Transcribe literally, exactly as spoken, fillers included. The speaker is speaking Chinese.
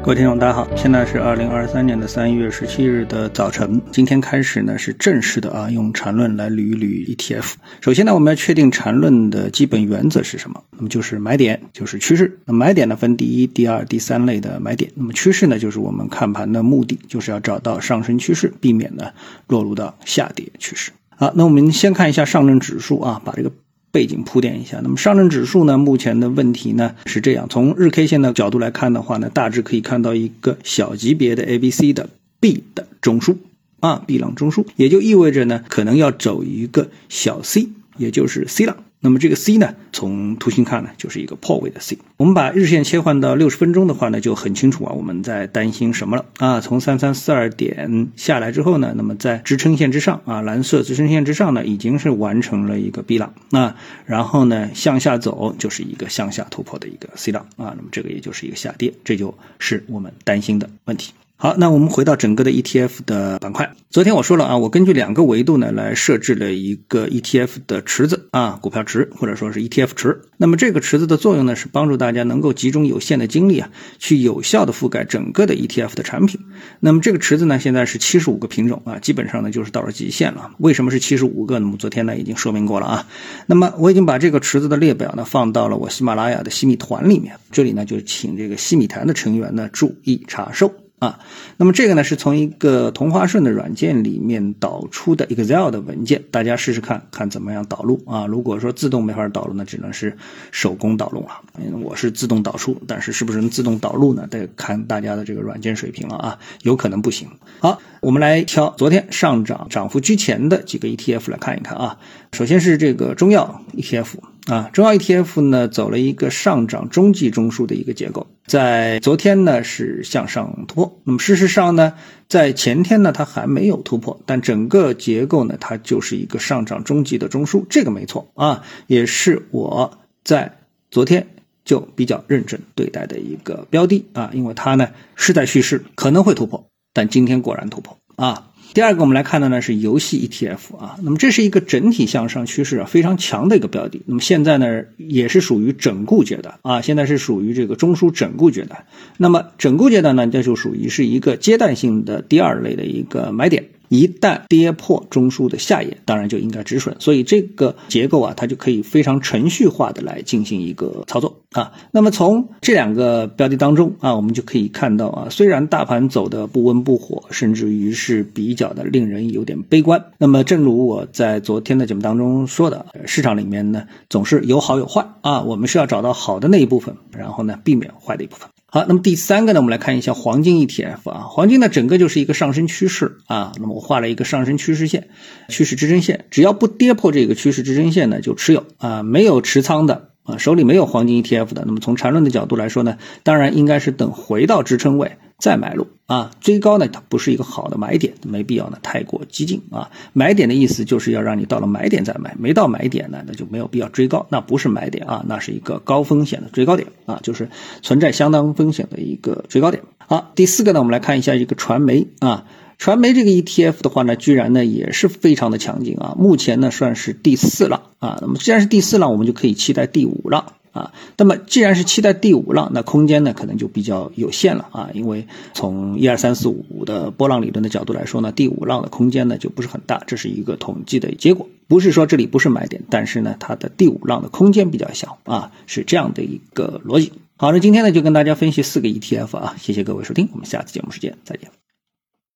各位听众大家好，现在是二零二三年的三月十七日的早晨。今天开始呢是正式的啊，用缠论来捋一捋 E T F。首先呢，我们要确定缠论的基本原则是什么，那么就是买点就是趋势。那么买点呢分第一、第二、第三类的买点，那么趋势呢就是我们看盘的目的，就是要找到上升趋势，避免呢落入到下跌趋势。好，那我们先看一下上证指数啊，把这个背景铺垫一下。那么上证指数呢，目前的问题呢是这样，从日 K 线的角度来看的话呢，大致可以看到一个小级别的 A B C 的 B 的中枢啊 ，B 浪中枢，也就意味着呢可能要走一个小 C， 也就是 C 浪。那么这个 C 呢，从图形看呢，就是一个破位的 C。我们把日线切换到六十分钟的话呢，就很清楚啊，我们在担心什么了啊？从三三四二点下来之后呢，那么在支撑线之上啊，蓝色支撑线之上呢，已经是完成了一个 B 浪啊，然后呢向下走就是一个向下突破的一个 C 浪啊，那么这个也就是一个下跌，这就是我们担心的问题。好，那我们回到整个的 E T F 的板块。昨天我说了啊，我根据两个维度呢来设置了一个 E T F 的池子啊，股票池或者说是 E T F 池。那么这个池子的作用呢是帮助大家能够集中有限的精力啊，去有效的覆盖整个的 E T F 的产品。那么这个池子呢现在是七十五个品种啊，基本上呢就是到了极限了。为什么是七十五个？那么昨天呢已经说明过了啊。那么我已经把这个池子的列表呢放到了我喜马拉雅的西米团里面，这里呢就请这个西米团的成员呢注意查收。啊，那么这个呢是从一个同花顺的软件里面导出的 Excel 的文件，大家试试看看怎么样导入啊。如果说自动没法导入呢，只能是手工导入了。我是自动导出，但是是不是能自动导入呢，得看大家的这个软件水平了啊，有可能不行。好，我们来挑昨天上涨涨幅居前的几个 E T F 来看一看啊。首先是这个中药 E T F 啊，中药 E T F 呢走了一个上涨中继中枢的一个结构，在昨天呢是向上突破。那么事实上呢，在前天呢它还没有突破，但整个结构呢它就是一个上涨中继的中枢，这个没错啊，也是我在昨天就比较认真对待的一个标的啊，因为它呢是在蓄势，可能会突破，但今天果然突破啊。第二个我们来看的呢是游戏 E T F 啊，那么这是一个整体向上趋势啊非常强的一个标的，那么现在呢也是属于整固阶段啊，现在是属于这个中枢整固阶段。那么整固阶段呢，这就属于是一个阶段性的第二类的一个买点，一旦跌破中枢的下沿，当然就应该止损，所以这个结构啊它就可以非常程序化的来进行一个操作啊。那么从这两个标的当中啊，我们就可以看到啊，虽然大盘走的不温不火，甚至于是比较的令人有点悲观，那么正如我在昨天的节目当中说的，市场里面呢总是有好有坏啊，我们是要找到好的那一部分，然后呢避免坏的一部分。好，那么第三个呢，我们来看一下黄金 E T F 啊，黄金呢整个就是一个上升趋势啊，那么我画了一个上升趋势线，趋势支撑线，只要不跌破这个趋势支撑线呢就持有啊，没有持仓的啊，手里没有黄金 E T F 的，那么从缠论的角度来说呢，当然应该是等回到支撑位再买入啊，追高呢它不是一个好的买点，没必要呢太过激进啊。买点的意思就是要让你到了买点再买，没到买点呢那就没有必要追高，那不是买点啊，那是一个高风险的追高点啊，就是存在相当风险的一个追高点。好，第四个呢，我们来看一下一个传媒啊。传媒这个 E T F 的话呢，居然呢也是非常的强劲啊，目前呢算是第四浪啊，那么既然是第四浪，我们就可以期待第五浪啊。那么既然是期待第五浪，那空间呢可能就比较有限了啊，因为从一二三四五的波浪理论的角度来说呢，第五浪的空间呢就不是很大，这是一个统计的结果，不是说这里不是买点，但是呢它的第五浪的空间比较小啊，是这样的一个逻辑。好，那今天呢就跟大家分析四个 E T F 啊，谢谢各位收听，我们下次节目时间再见。